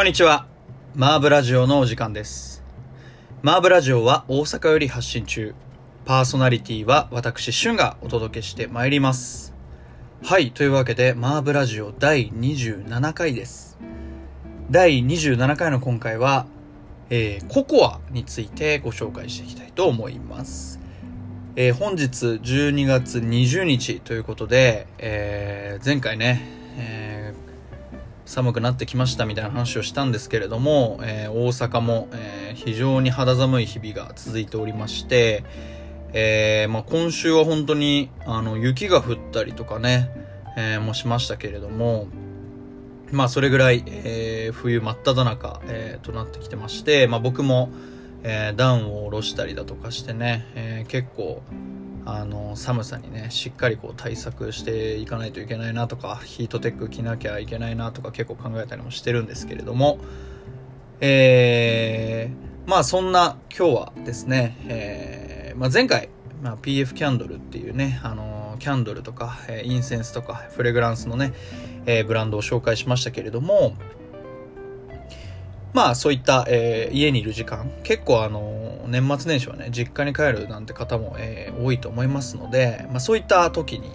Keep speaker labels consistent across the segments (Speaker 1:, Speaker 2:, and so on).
Speaker 1: こんにちは。マーブラジオのお時間です。マーブラジオは大阪より発信中。パーソナリティは私、シュンがお届けしてまいります。はい、というわけでマーブラジオ第27回です。第27回の今回は、ココアについてご紹介していきたいと思います。本日12月20日ということで、前回ね、寒くなってきましたみたいな話をしたんですけれども、大阪も、非常に肌寒い日々が続いておりまして、今週は本当に雪が降ったりとかね、もしましたけれども、それぐらい、冬真っ只中、となってきてまして、僕も、暖を下ろしたりだとかしてね、結構寒さにねしっかり対策していかないといけないなとか、ヒートテック着なきゃいけないなとか結構考えたりもしてるんですけれども、そんな今日はですね、前回、PF キャンドルっていうねキャンドルとか、インセンスとかフレグランスのね、ブランドを紹介しましたけれども、そういった、家にいる時間、結構年末年始はね実家に帰るなんて方も、多いと思いますので、そういった時に、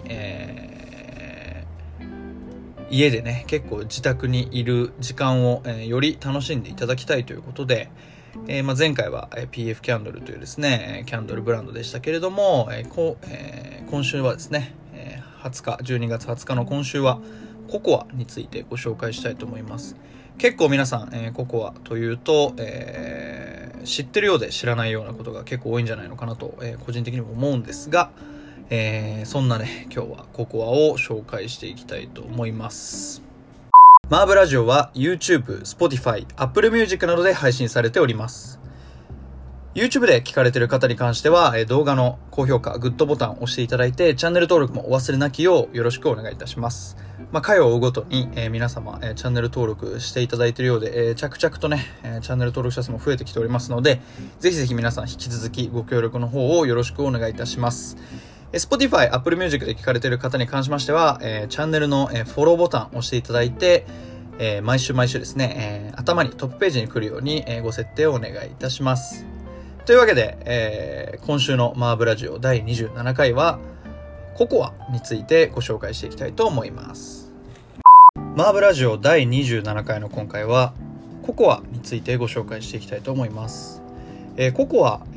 Speaker 1: 家でね結構自宅にいる時間を、より楽しんでいただきたいということで、前回は PF キャンドルというですねキャンドルブランドでしたけれども、今週はですね12月20日の今週はココアについてご紹介したいと思います。結構皆さん、ココアというと、知ってるようで知らないようなことが結構多いんじゃないのかなと、個人的にも思うんですが、そんなね今日はココアを紹介していきたいと思います。マーブラジオは YouTube、Spotify、Apple Music などで配信されております。YouTube で聞かれている方に関しては、動画の高評価、グッドボタンを押していただいて、チャンネル登録もお忘れなきようよろしくお願いいたします。回を追うごとに、皆様、チャンネル登録していただいているようで、着々とね、チャンネル登録者数も増えてきておりますので、ぜひぜひ皆さん引き続きご協力の方をよろしくお願いいたします。Spotify、Apple Music で聞かれている方に関しましては、チャンネルの、フォローボタンを押していただいて、毎週ですね、頭にトップページに来るように、ご設定をお願いいたします。というわけで、今週のマーブラジオ第27回はココアについてご紹介していきたいと思います。マーブラジオ第27回の今回はココアについてご紹介していきたいと思います。ココア、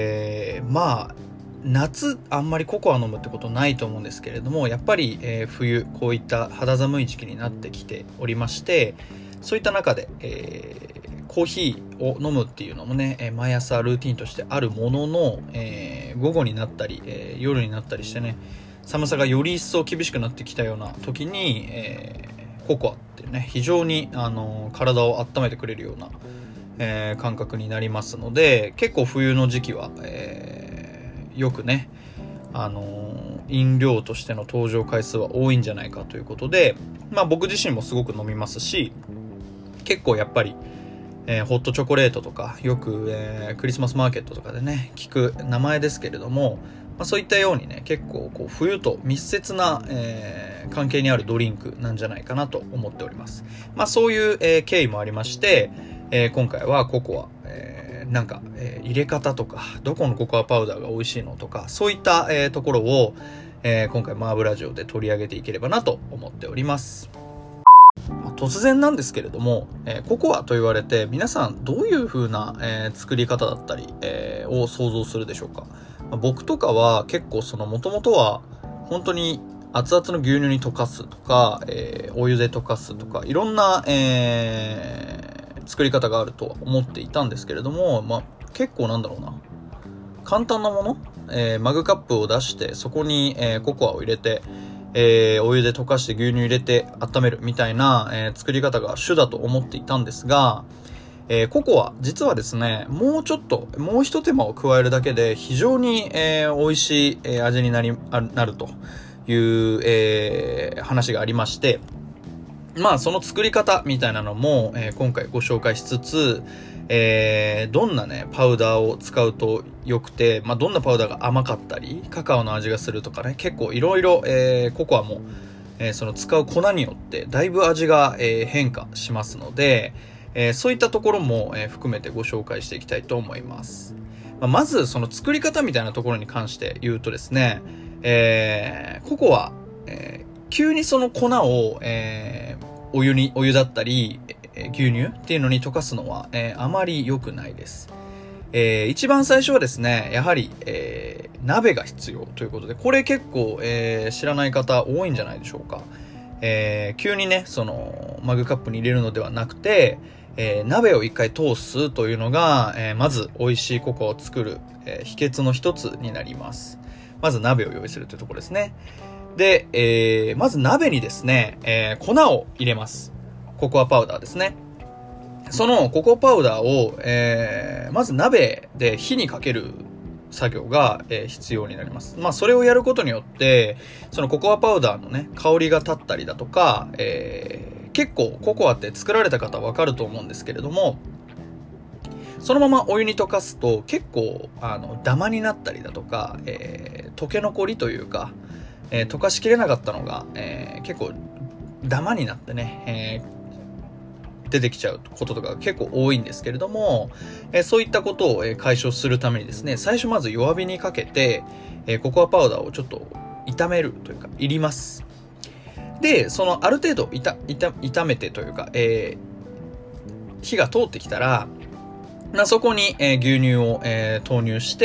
Speaker 1: 夏あんまりココア飲むってことないと思うんですけれども、やっぱり、冬こういった肌寒い時期になってきておりまして、そういった中で、コーヒーを飲むっていうのもね、毎朝ルーティンとしてあるものの、午後になったり、夜になったりしてね、寒さがより一層厳しくなってきたような時に、ココアってね非常に体を温めてくれるような、感覚になりますので、結構冬の時期は、よくね飲料としての登場回数は多いんじゃないかということで、僕自身もすごく飲みますし、結構やっぱりホットチョコレートとかよく、クリスマスマーケットとかでね聞く名前ですけれども、そういったようにね結構冬と密接な、関係にあるドリンクなんじゃないかなと思っております。そういう、経緯もありまして、今回はココア、入れ方とかどこのココアパウダーが美味しいのとか、そういった、ところを、今回マーブラジオで取り上げていければなと思っております。突然なんですけれども、ココアと言われて皆さんどういう風な、作り方だったり、を想像するでしょうか。僕とかは結構もともとは本当に熱々の牛乳に溶かすとか、お湯で溶かすとか、いろんな、作り方があるとは思っていたんですけれども、結構簡単なもの、マグカップを出してそこに、ココアを入れて、お湯で溶かして牛乳入れて温めるみたいな、作り方が主だと思っていたんですが、ココア実はですねもう一手間を加えるだけで非常に、美味しい、味になるという、話がありまして、その作り方みたいなのも、今回ご紹介しつつ、どんなねパウダーを使うとよくて、どんなパウダーが甘かったりカカオの味がするとかね、結構いろいろココアも、その使う粉によってだいぶ味が、変化しますので、 そういったところも、含めてご紹介していきたいと思います。まずその作り方みたいなところに関して言うとですね、ココア、急にその粉を、お湯だったり、牛乳っていうのに溶かすのは、あまり良くないです。一番最初はですね、やはり、鍋が必要ということで、これ結構、知らない方多いんじゃないでしょうか。急にね、そのマグカップに入れるのではなくて、鍋を一回通すというのが、まず美味しいココアを作る、秘訣の一つになります。まず鍋を用意するというところですね。で、まず鍋にですね、粉を入れます。ココアパウダーですね。そのココアパウダーを、まず鍋で火にかける作業が、必要になります。それをやることによって、そのココアパウダーのね、香りが立ったりだとか、結構ココアって作られた方はわかると思うんですけれども、そのままお湯に溶かすと結構ダマになったりだとか、溶け残りというか、溶かしきれなかったのが、結構ダマになってね、出てきちゃうこととか結構多いんですけれども、そういったことを解消するためにですね、最初まず弱火にかけて、ココアパウダーをちょっと炒めるというか、いります。で、そのある程度炒めてというか、火が通ってきたら、そこに、牛乳を、投入して、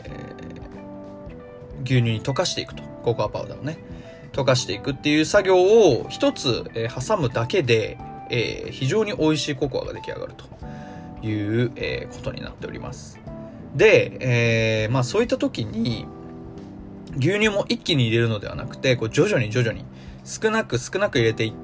Speaker 1: 牛乳に溶かしていくと。ココアパウダーをね、溶かしていくっていう作業を一つ、挟むだけで、非常に美味しいココアが出来上がるという、ことになっております。で、そういった時に牛乳も一気に入れるのではなくて、こう徐々に少なく入れていって、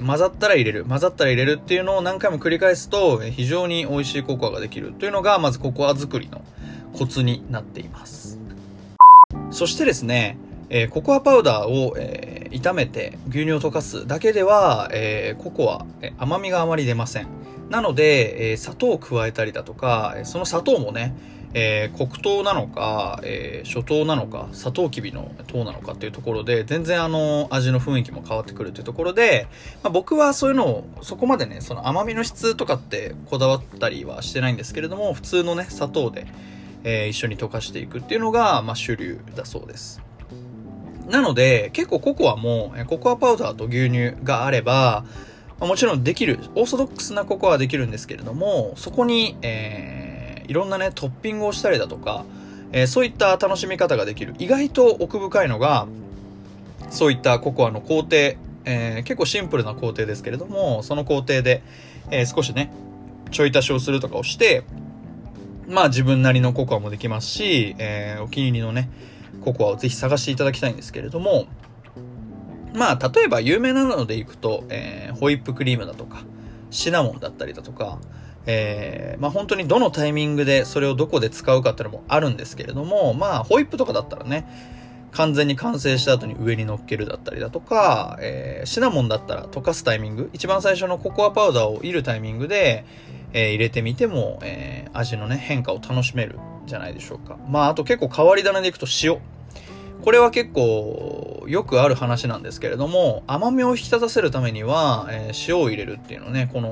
Speaker 1: 混ざったら入れるっていうのを何回も繰り返すと、非常に美味しいココアができるというのがまずココア作りのコツになっています。そしてですね、ココアパウダーを、炒めて牛乳を溶かすだけでは、ココア、甘みがあまり出ません。なので、砂糖を加えたりだとか、その砂糖もね、黒糖なのか、初糖なのか、サトウキビの糖なのかっていうところで、全然味の雰囲気も変わってくるというところで、僕はそういうのを、そこまでね、その甘みの質とかってこだわったりはしてないんですけれども、普通のね、砂糖で、一緒に溶かしていくっていうのが、主流だそうです。なので、結構ココアも、ココアパウダーと牛乳があれば、もちろんできる、オーソドックスなココアはできるんですけれども、そこに、いろんなね、トッピングをしたりだとか、そういった楽しみ方ができる。意外と奥深いのが、そういったココアの工程、結構シンプルな工程ですけれども、その工程で、少しね、ちょい足しをするとかをして、自分なりのココアもできますし、お気に入りのね、ココアをぜひ探していただきたいんですけれども、例えば有名なのでいくと、ホイップクリームだとか、シナモンだったりだとか、本当にどのタイミングでそれをどこで使うかっていうのもあるんですけれども、ホイップとかだったらね、完全に完成した後に上に乗っけるだったりだとか、シナモンだったら溶かすタイミング、一番最初のココアパウダーを入れるタイミングで、入れてみても、味のね、変化を楽しめるんじゃないでしょうか。あと結構変わり種でいくと塩。これは結構よくある話なんですけれども、甘みを引き立たせるためには、塩を入れるっていうのね、この、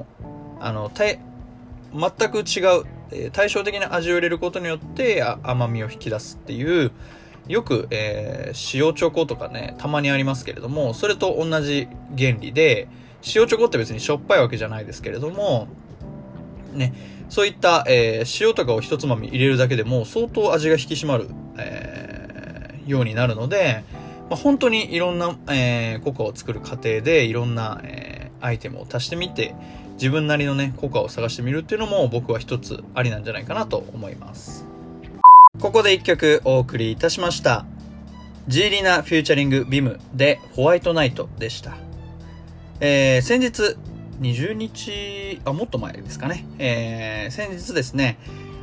Speaker 1: 全く違う、対照的な味を入れることによって甘みを引き出すっていう、よく、塩チョコとかね、たまにありますけれども、それと同じ原理で、塩チョコって別にしょっぱいわけじゃないですけれども、ね、そういった、塩とかを一つまみ入れるだけでも相当味が引き締まる、ようになるので、本当にいろんな、ココアを作る過程でいろんな、アイテムを足してみて、自分なりのね、ココアを探してみるっていうのも僕は一つありなんじゃないかなと思います。ここで一曲お送りいたしました。ジーリナフューチャリングビムでホワイトナイトでした。先日、20日、もっと前ですかね。先日ですね、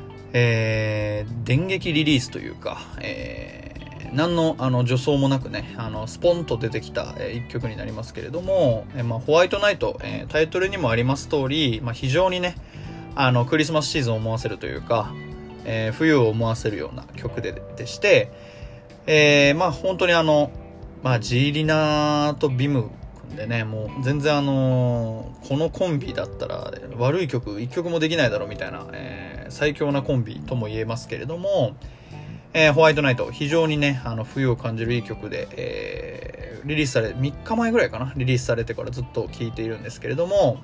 Speaker 1: 電撃リリースというか、何の助走もなくね、スポンと出てきた、一曲になりますけれども、ホワイトナイト、タイトルにもあります通り、非常にね、クリスマスシーズンを思わせるというか、冬を思わせるような曲でして、本当にジーリナとビム君でね、もう全然このコンビだったら悪い曲1曲もできないだろうみたいな、最強なコンビとも言えますけれども、ホワイトナイト、非常にね冬を感じるいい曲で、リリースされ3日前ぐらいかな、リリースされてからずっと聴いているんですけれども、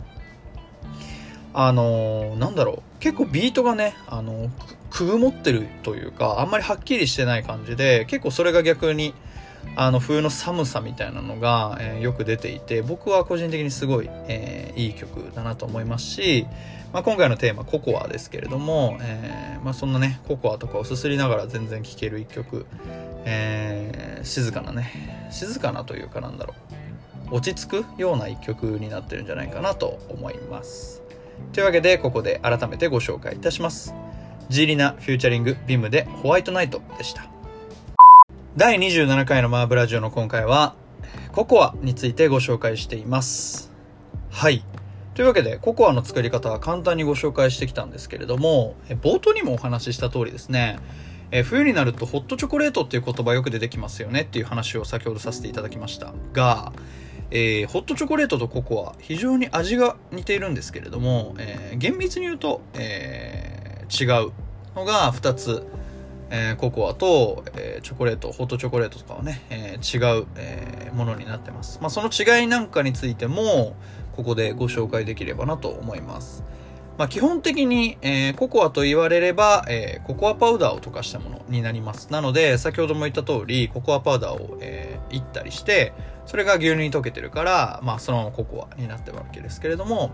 Speaker 1: なんだろう、結構ビートがねくぐもってるというか、あんまりはっきりしてない感じで、結構それが逆に冬の寒さみたいなのが、よく出ていて、僕は個人的にすごい、いい曲だなと思いますし、今回のテーマココアですけれども、そんなねココアとかをすすりながら全然聴ける一曲、静かなというか、なんだろう、落ち着くような一曲になってるんじゃないかなと思います。というわけで、ここで改めてご紹介いたします。ジーリナフューチャリングビムでホワイトナイトでした。第27回のマーブラジオの今回はココアについてご紹介しています。はい、というわけでココアの作り方は簡単にご紹介してきたんですけれども、冒頭にもお話しした通りですね、冬になるとホットチョコレートっていう言葉よく出てきますよねっていう話を先ほどさせていただきましたが、ホットチョコレートとココア非常に味が似ているんですけれども、厳密に言うと、違うのが2つ、ココアと、チョコレート、ホットチョコレートとかはね、違う、ものになってます。その違いなんかについてもここでご紹介できればなと思います。基本的に、ココアと言われれば、ココアパウダーを溶かしたものになります。なので先ほども言った通り、ココアパウダーを、いったりして、それが牛乳に溶けてるから、そのままココアになってるわけですけれども、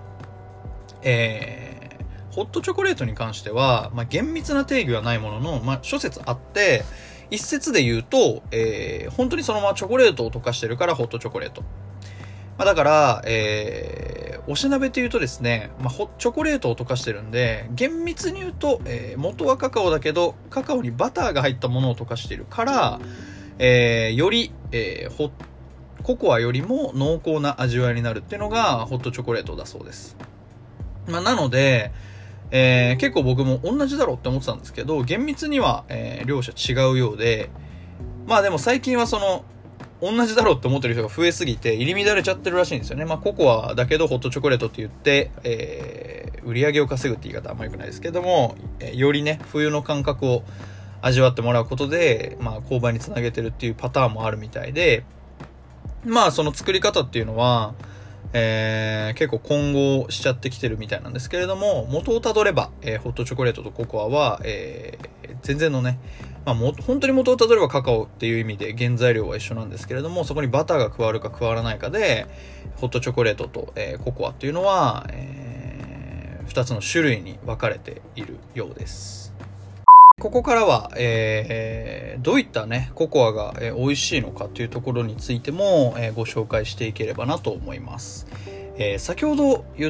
Speaker 1: ホットチョコレートに関しては、厳密な定義はないものの、諸説あって、一説で言うと、本当にそのままチョコレートを溶かしてるからホットチョコレート。だから、おしなべって言うとですね、チョコレートを溶かしてるんで、厳密に言うと、元はカカオだけど、カカオにバターが入ったものを溶かしているから、より、ココアよりも濃厚な味わいになるっていうのがホットチョコレートだそうです。なので、結構僕も同じだろうって思ってたんですけど、厳密には、両者違うようで、でも最近はその同じだろうって思ってる人が増えすぎて入り乱れちゃってるらしいんですよね。ココアだけどホットチョコレートって言って、売り上げを稼ぐって言い方あんまり良くないですけども、よりね冬の感覚を味わってもらうことで、購買につなげてるっていうパターンもあるみたいで、その作り方っていうのは結構混合しちゃってきてるみたいなんですけれども、元をたどれば、ホットチョコレートとココアは、全然のね、本当に元をたどればカカオっていう意味で原材料は一緒なんですけれども、そこにバターが加わるか加わらないかでホットチョコレートと、ココアっていうのは、2つの種類に分かれているようです。ここからは、どういったねココアが、美味しいのかというところについても、ご紹介していければなと思います。先ほど言った、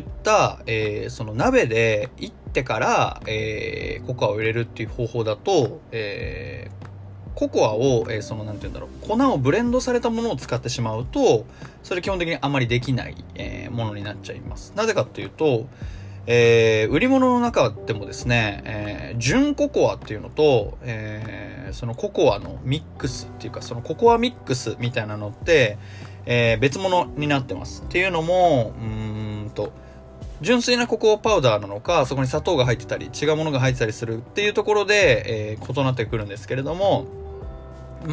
Speaker 1: その鍋でいってから、ココアを入れるっていう方法だと、ココアを、なんて言うんだろう、粉をブレンドされたものを使ってしまうと、それ基本的にあまりできない、ものになっちゃいます。なぜかというと、売り物の中でもですね、純ココアっていうのと、そのココアのミックスっていうか、そのココアミックスみたいなのって、別物になってます。っていうのも、純粋なココアパウダーなのか、そこに砂糖が入ってたり違うものが入ってたりするっていうところで、異なってくるんですけれども、ス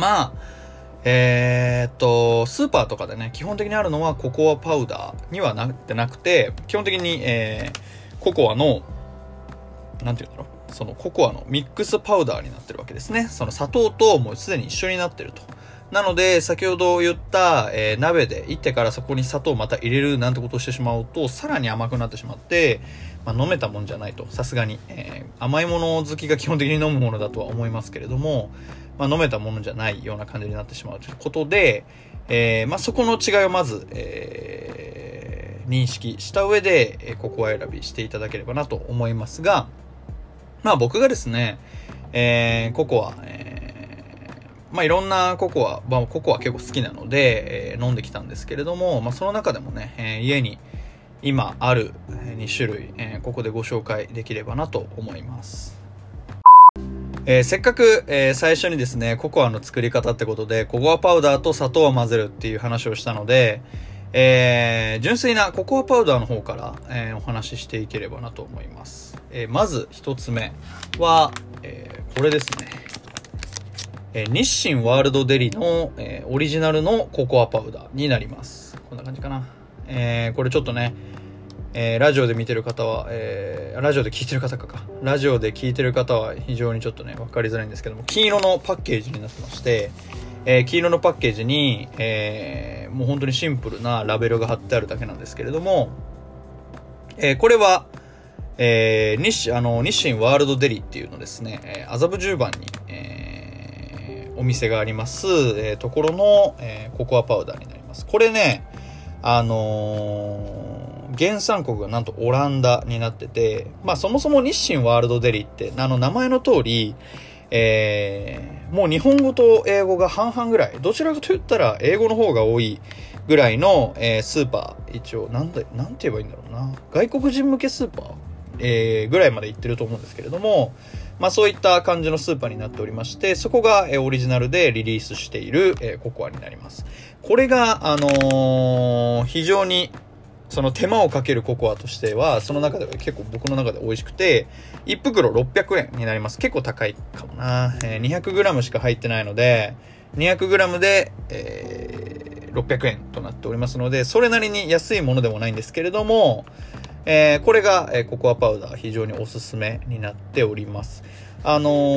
Speaker 1: ーパーとかでね基本的にあるのはココアパウダーにはなってなくて、基本的に、ココアのなんていうんだろう、そのココアのミックスパウダーになってるわけですね。その砂糖ともうすでに一緒になってると。なので先ほど言った、鍋でいってからそこに砂糖をまた入れるなんてことをしてしまうと、さらに甘くなってしまって、飲めたもんじゃないと。さすがに、甘いもの好きが基本的に飲むものだとは思いますけれども、飲めたものじゃないような感じになってしまうということで、そこの違いをまず、認識した上で、ココア選びしていただければなと思いますが、僕がですね、ココア、いろんなココア、ココア結構好きなので、飲んできたんですけれども、その中でもね、家に今ある2種類、ここでご紹介できればなと思います。せっかく、最初にですねココアの作り方ってことでココアパウダーと砂糖を混ぜるっていう話をしたので、 純粋なココアパウダーの方から、お話ししていければなと思います。まず一つ目は、これですね。日清ワールドデリの、オリジナルのココアパウダーになります。こんな感じかな。これちょっとね、ラジオで見てる方は、ラジオで聞いてる方か。ラジオで聞いてる方は非常にちょっとね、わかりづらいんですけども、金色のパッケージになってまして、黄色のパッケージに、もう本当にシンプルなラベルが貼ってあるだけなんですけれども、これは、日清ワールドデリっていうのですね、麻布十番に、お店があります、ところの、ココアパウダーになります。これね、原産国がなんとオランダになってて、まあそもそも日清ワールドデリって名前の通り、もう日本語と英語が半々ぐらい、どちらかと言ったら英語の方が多いぐらいの、スーパー、一応なんて言えばいいんだろうな、外国人向けスーパー、ぐらいまで行ってると思うんですけれども、まあそういった感じのスーパーになっておりまして、そこが、オリジナルでリリースしている、ココアになります。これが非常にその手間をかけるココアとしては、その中では結構僕の中で美味しくて、1袋600円になります。結構高いかもな。200g しか入ってないので、200g で、600円となっておりますので、それなりに安いものでもないんですけれども、これが、ココアパウダー非常におすすめになっております。ま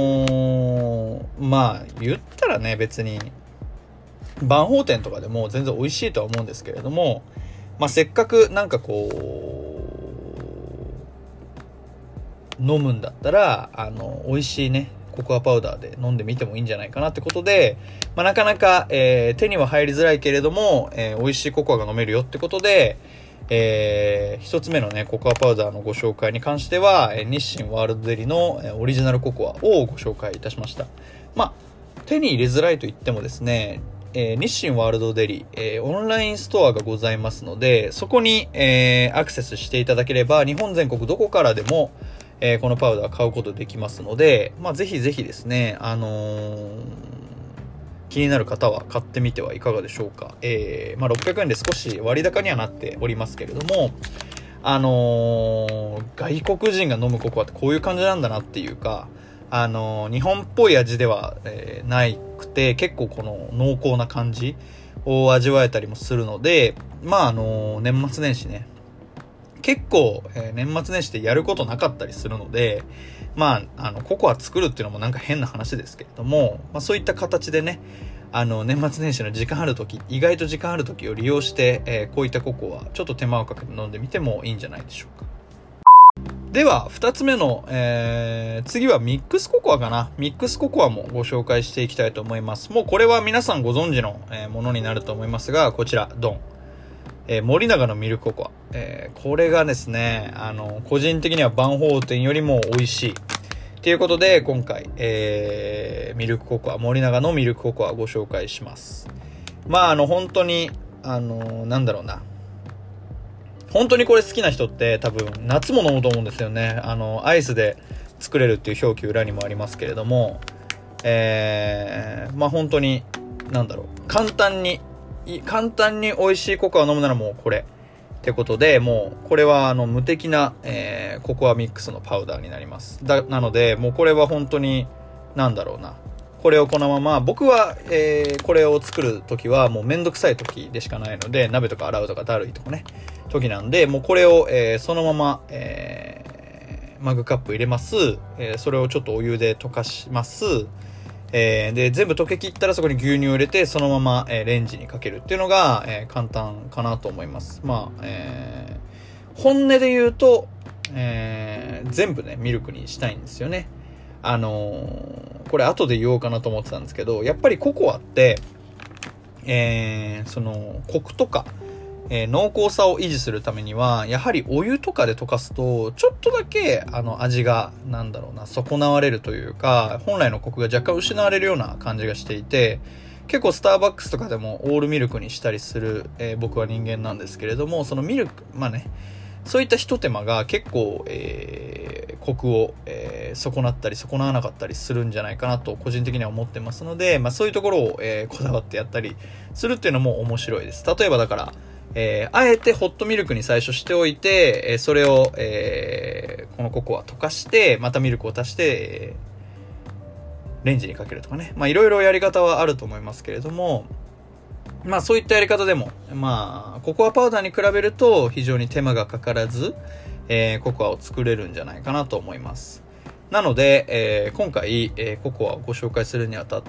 Speaker 1: あ、言ったらね、別に、万宝店とかでも全然美味しいとは思うんですけれども、まあ、せっかくなんかこう飲むんだったら美味しいねココアパウダーで飲んでみてもいいんじゃないかなってことで、まあ、なかなか、手には入りづらいけれども、美味しいココアが飲めるよってことで、一つ目のねココアパウダーのご紹介に関しては、日清ワールドデリのオリジナルココアをご紹介いたしました。まあ手に入れづらいと言ってもですね、日清ワールドデリ、オンラインストアがございますので、そこに、アクセスしていただければ日本全国どこからでも、このパウダー買うことできますので、まあ、ぜひぜひですね、気になる方は買ってみてはいかがでしょうか。まあ、600円で少し割高にはなっておりますけれども、外国人が飲むココアってこういう感じなんだなっていうか、日本っぽい味では、なくて、結構この濃厚な感じを味わえたりもするので、まあ年末年始ね、結構、年末年始でやることなかったりするので、まあココア作るっていうのもなんか変な話ですけれども、まあそういった形でね、年末年始の時間ある時、意外と時間ある時を利用して、こういったココアちょっと手間をかけて飲んでみてもいいんじゃないでしょうか。では2つ目の、次はミックスココアかな。ミックスココアもご紹介していきたいと思います。もうこれは皆さんご存知の、ものになると思いますが、こちらドン、森永のミルクココア、これがですね個人的には万宝店よりも美味しいということで今回、ミルクココア、森永のミルクココアをご紹介します。まあ本当になんだろうな、本当にこれ好きな人って多分夏も飲むと思うんですよね。アイスで作れるっていう表記裏にもありますけれども、まあ本当になんだろう、簡単に美味しいココアを飲むならもうこれってことで、もうこれは無敵な、ココアミックスのパウダーになります。なのでもうこれは本当になんだろうな、これをこのまま僕は、これを作るときはもうめんどくさい時でしかないので、鍋とか洗うとかだるいとかね時なんで、もうこれを、そのまま、マグカップ入れます、それをちょっとお湯で溶かします、で全部溶けきったらそこに牛乳を入れてそのまま、レンジにかけるっていうのが、簡単かなと思います。まあ、本音で言うと、全部ねミルクにしたいんですよね。これ後で言おうかなと思ってたんですけど、やっぱりココアって、そのコクとか、濃厚さを維持するためにはやはりお湯とかで溶かすとちょっとだけ味がなんだろうな、損なわれるというか、本来のコクが若干失われるような感じがしていて、結構スターバックスとかでもオールミルクにしたりする、僕は人間なんですけれども、そのミルク、まあね、そういった一手間が結構、コクを、損なったり損なわなかったりするんじゃないかなと個人的には思ってますので、まあ、そういうところを、こだわってやったりするっていうのも面白いです。例えばだから、 あえてホットミルクに最初しておいて、それを、このココア溶かして、またミルクを足して、レンジにかけるとかね。いろいろやり方はあると思いますけれども、そういったやり方でも、ココアパウダーに比べると非常に手間がかからず、ココアを作れるんじゃないかなと思います。なので、今回、ココアをご紹介するにあたって、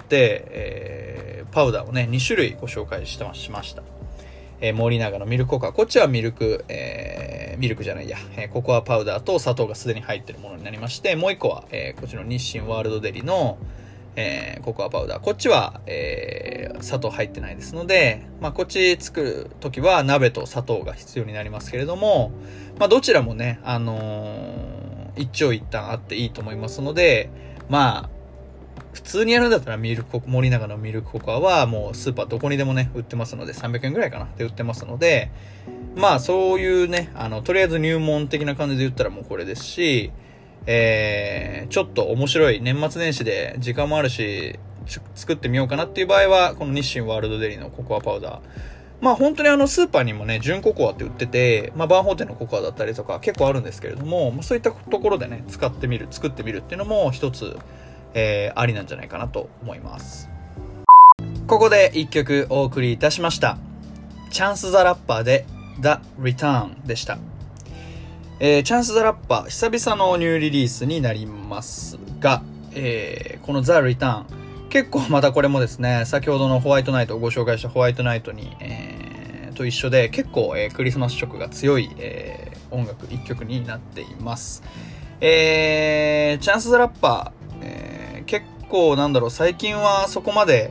Speaker 1: パウダーをね、2種類ご紹介しました。森永のミルクココア。こっちはミルクじゃないや、ココアパウダーと砂糖がすでに入っているものになりまして、もう一個は、こっちの日清ワールドデリの、ココアパウダー。こっちは、砂糖入ってないですので、こっち作るときは鍋と砂糖が必要になりますけれども、どちらもね、一長一短あっていいと思いますので、普通にやるんだったら森永のミルクココアはもうスーパーどこにでもね、売ってますので、300円ぐらいかなで売ってますので、そういうね、とりあえず入門的な感じで言ったらもうこれですし、ちょっと面白い年末年始で時間もあるし作ってみようかなっていう場合はこの日清ワールドデリのココアパウダー、本当にスーパーにもね純ココアって売ってて、バンホーテンのココアだったりとか結構あるんですけれども、そういったところでね作ってみるっていうのも一つ、ありなんじゃないかなと思います。ここで一曲お送りいたしました。チャンス・ザ・ラッパーで The Return でした。チャンス・ザ・ラッパー久々のニューリリースになりますが、この The Return 結構またこれもですね、先ほどのホワイトナイトをご紹介したホワイトナイトに、と一緒で結構、クリスマス色が強い、音楽一曲になっています。チャンス・ザ・ラッパー、結構最近はそこまで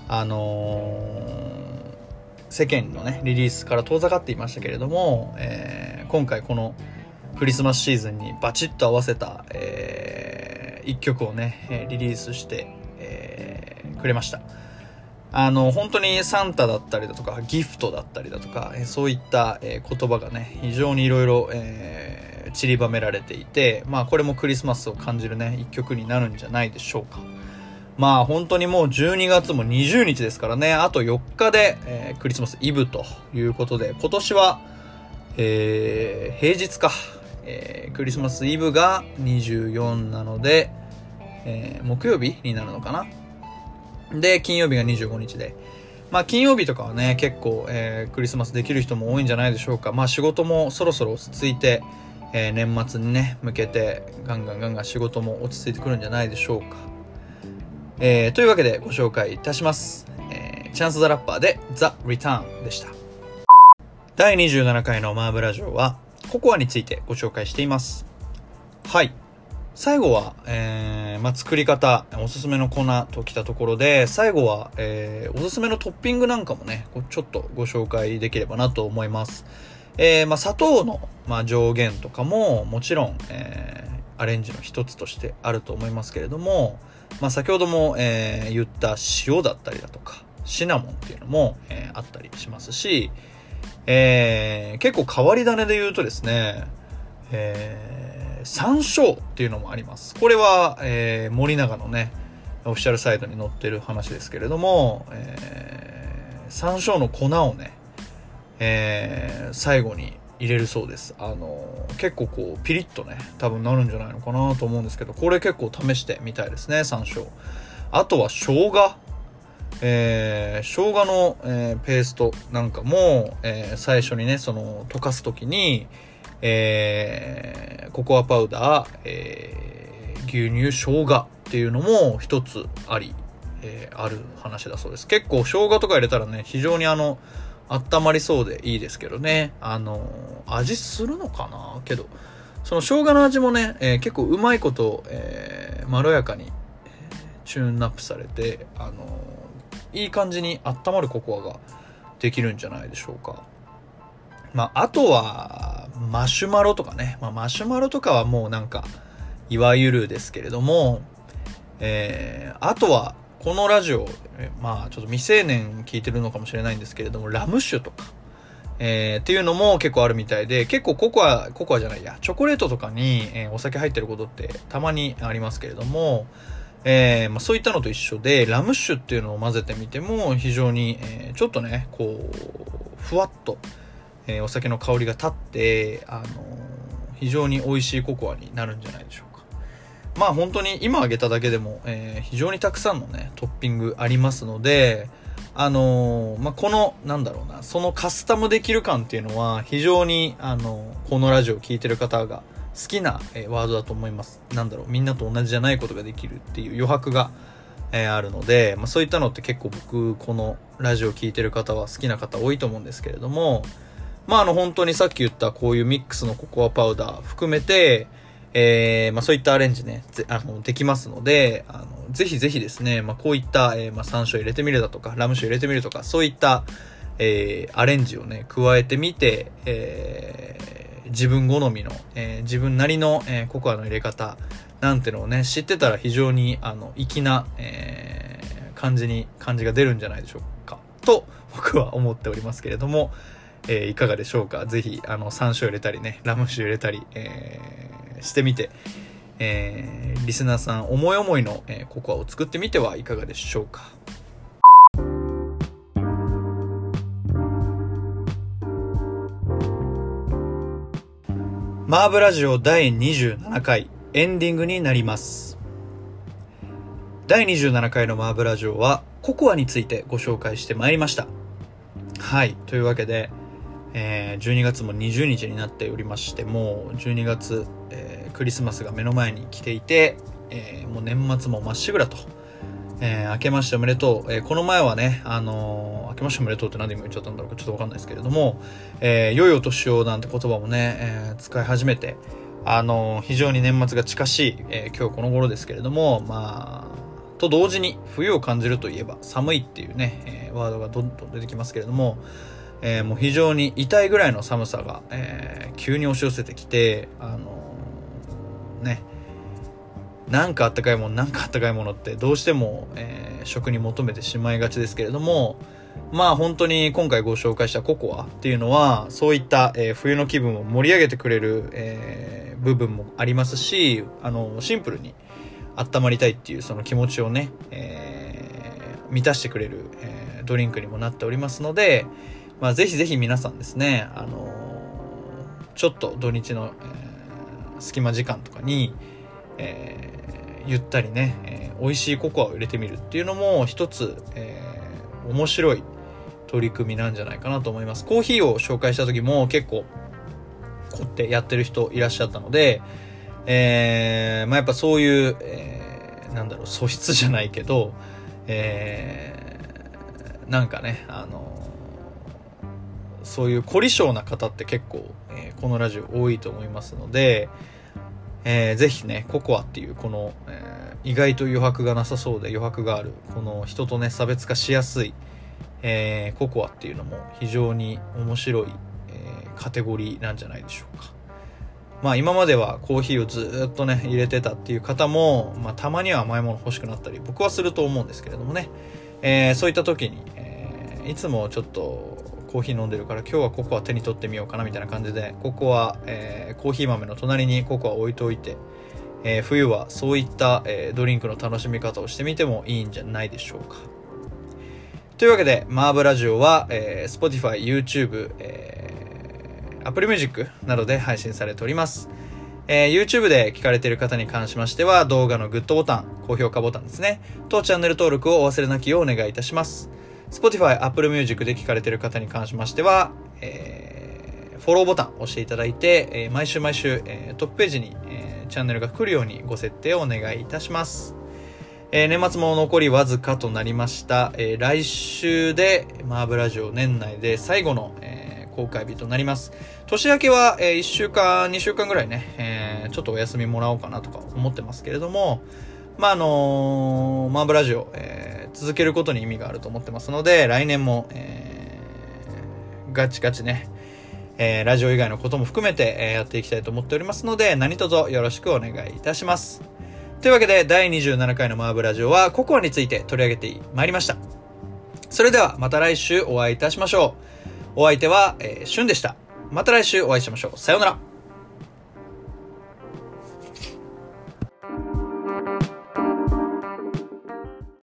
Speaker 1: 世間のねリリースから遠ざかっていましたけれども、今回このクリスマスシーズンにバチッと合わせた、一曲をねリリースして、くれました。本当にサンタだったりだとかギフトだったりだとか、そういった、言葉がね非常にいろいろ散りばめられていて、これもクリスマスを感じるね一曲になるんじゃないでしょうか。本当にもう12月も20日ですからね、あと4日で、クリスマスイブということで、今年は、平日か、クリスマスイブが24なので、木曜日になるのかな。で金曜日が25日で、金曜日とかはね結構、クリスマスできる人も多いんじゃないでしょうか。仕事もそろそろ落ち着いて、年末にね向けてガンガン仕事も落ち着いてくるんじゃないでしょうか。というわけでご紹介いたします。チャンス・ザ・ラッパーで The Return でした。第27回のマーブラジオはココアについてご紹介しています。はい。最後は、作り方、おすすめの粉ときたところで、最後は、おすすめのトッピングなんかもね、ちょっとご紹介できればなと思います。砂糖の、上限とかももちろん、アレンジの一つとしてあると思いますけれども、先ほども、言った塩だったりだとかシナモンっていうのも、あったりしますし、結構変わり種で言うとですね、山椒っていうのもあります。これは、森永のねオフィシャルサイトに載ってる話ですけれども、山椒の粉をね、最後に入れるそうです。結構こうピリッとね多分なるんじゃないのかなと思うんですけど、これ結構試してみたいですね。山椒、あとは生姜、生姜の、ペーストなんかも、最初にねその溶かす時に、ココアパウダー、牛乳、生姜っていうのも一つある話だそうです。結構生姜とか入れたらね非常に温まりそうでいいですけどね、味するのかなけど、その生姜の味もね、結構うまいこと、まろやかに、チューンナップされて、いい感じに温まるココアができるんじゃないでしょうか。あとはマシュマロとかね、マシュマロとかはもうなんかいわゆるですけれども、あとはこのラジオ、ちょっと未成年聞いてるのかもしれないんですけれども、ラム酒とか、っていうのも結構あるみたいで、結構ココアじゃないや、チョコレートとかに、お酒入ってることってたまにありますけれども、そういったのと一緒で、ラム酒っていうのを混ぜてみても非常に、ちょっとねこうふわっとお酒の香りが立って、非常に美味しいココアになるんじゃないでしょうか。まあ本当に今挙げただけでも、非常にたくさんのねトッピングありますので、このそのカスタムできる感っていうのは非常にこのラジオを聞いてる方が好きな、ワードだと思います。みんなと同じじゃないことができるっていう余白が、あるので、そういったのって結構僕このラジオを聞いてる方は好きな方多いと思うんですけれども、本当にさっき言ったこういうミックスのココアパウダー含めて、そういったアレンジねできますので、ぜひぜひですね、こういった、山椒入れてみるだとかラム酒入れてみるとか、そういった、アレンジをね加えてみて、自分好みの、自分なりの、ココアの入れ方なんてのをね知ってたら非常に粋な、感じが出るんじゃないでしょうかと僕は思っておりますけれども、いかがでしょうか。ぜひ山椒入れたりねラム酒入れたり、してみて、リスナーさん思い思いの、ココアを作ってみてはいかがでしょうか。マーブラジオ第27回エンディングになります。第27回のマーブラジオはココアについてご紹介してまいりました。はい、というわけで、12月も20日になっておりまして、もう12月、クリスマスが目の前に来ていて、もう年末もまっしぐらと、明けましておめでとう、この前はね、明けましておめでとうって何で今言っちゃったんだろうかちょっとわかんないですけれども、良いお年をなんて言葉もね、使い始めて、非常に年末が近しい、今日この頃ですけれども、と同時に冬を感じるといえば寒いっていうね、ワードがどんどん出てきますけれども、もう非常に痛いぐらいの寒さが、急に押し寄せてきて、なんかあったかいものってどうしても、食に求めてしまいがちですけれども、本当に今回ご紹介したココアっていうのはそういった、冬の気分を盛り上げてくれる、部分もありますし、シンプルに温まりたいっていうその気持ちをね、満たしてくれる、ドリンクにもなっておりますので、ぜひぜひ皆さんですね、ちょっと土日の、隙間時間とかに、ゆったりね、美味しいココアを入れてみるっていうのも一つ、面白い取り組みなんじゃないかなと思います。コーヒーを紹介した時も結構こうってやってる人いらっしゃったので、やっぱそういう、素質じゃないけど、そういう凝り性な方って結構、このラジオ多いと思いますので、ぜひねココアっていうこの、意外と余白がなさそうで余白があるこの人とね差別化しやすい、ココアっていうのも非常に面白い、カテゴリーなんじゃないでしょうか。今まではコーヒーをずっとね入れてたっていう方も、たまには甘いもの欲しくなったり僕はすると思うんですけれどもね、そういった時に、いつもちょっとコーヒー飲んでるから今日はココア手に取ってみようかなみたいな感じでココア、コーヒー豆の隣にココアを置いておいて、冬はそういった、ドリンクの楽しみ方をしてみてもいいんじゃないでしょうか。というわけでマーブラジオは、Spotify、YouTube、Apple Music などで配信されております。YouTube で聞かれている方に関しましては動画のグッドボタン、高評価ボタンですねとチャンネル登録をお忘れなきようお願いいたします。Spotify、Apple Music で聞かれている方に関しましては、フォローボタンを押していただいて、毎週、トップページに、チャンネルが来るようにご設定をお願いいたします。年末も残りわずかとなりました。来週でマーブラジオ年内で最後の、公開日となります。年明けは、1週間2週間ぐらいね、ちょっとお休みもらおうかなとか思ってますけれども、マーブラジオ、続けることに意味があると思ってますので来年も、ガチガチね、ラジオ以外のことも含めて、やっていきたいと思っておりますので何卒よろしくお願いいたします。というわけで第27回のマーブラジオはココアについて取り上げてまいりました。それではまた来週お会いいたしましょう。お相手は、しゅんでした。また来週お会いしましょう。さようなら。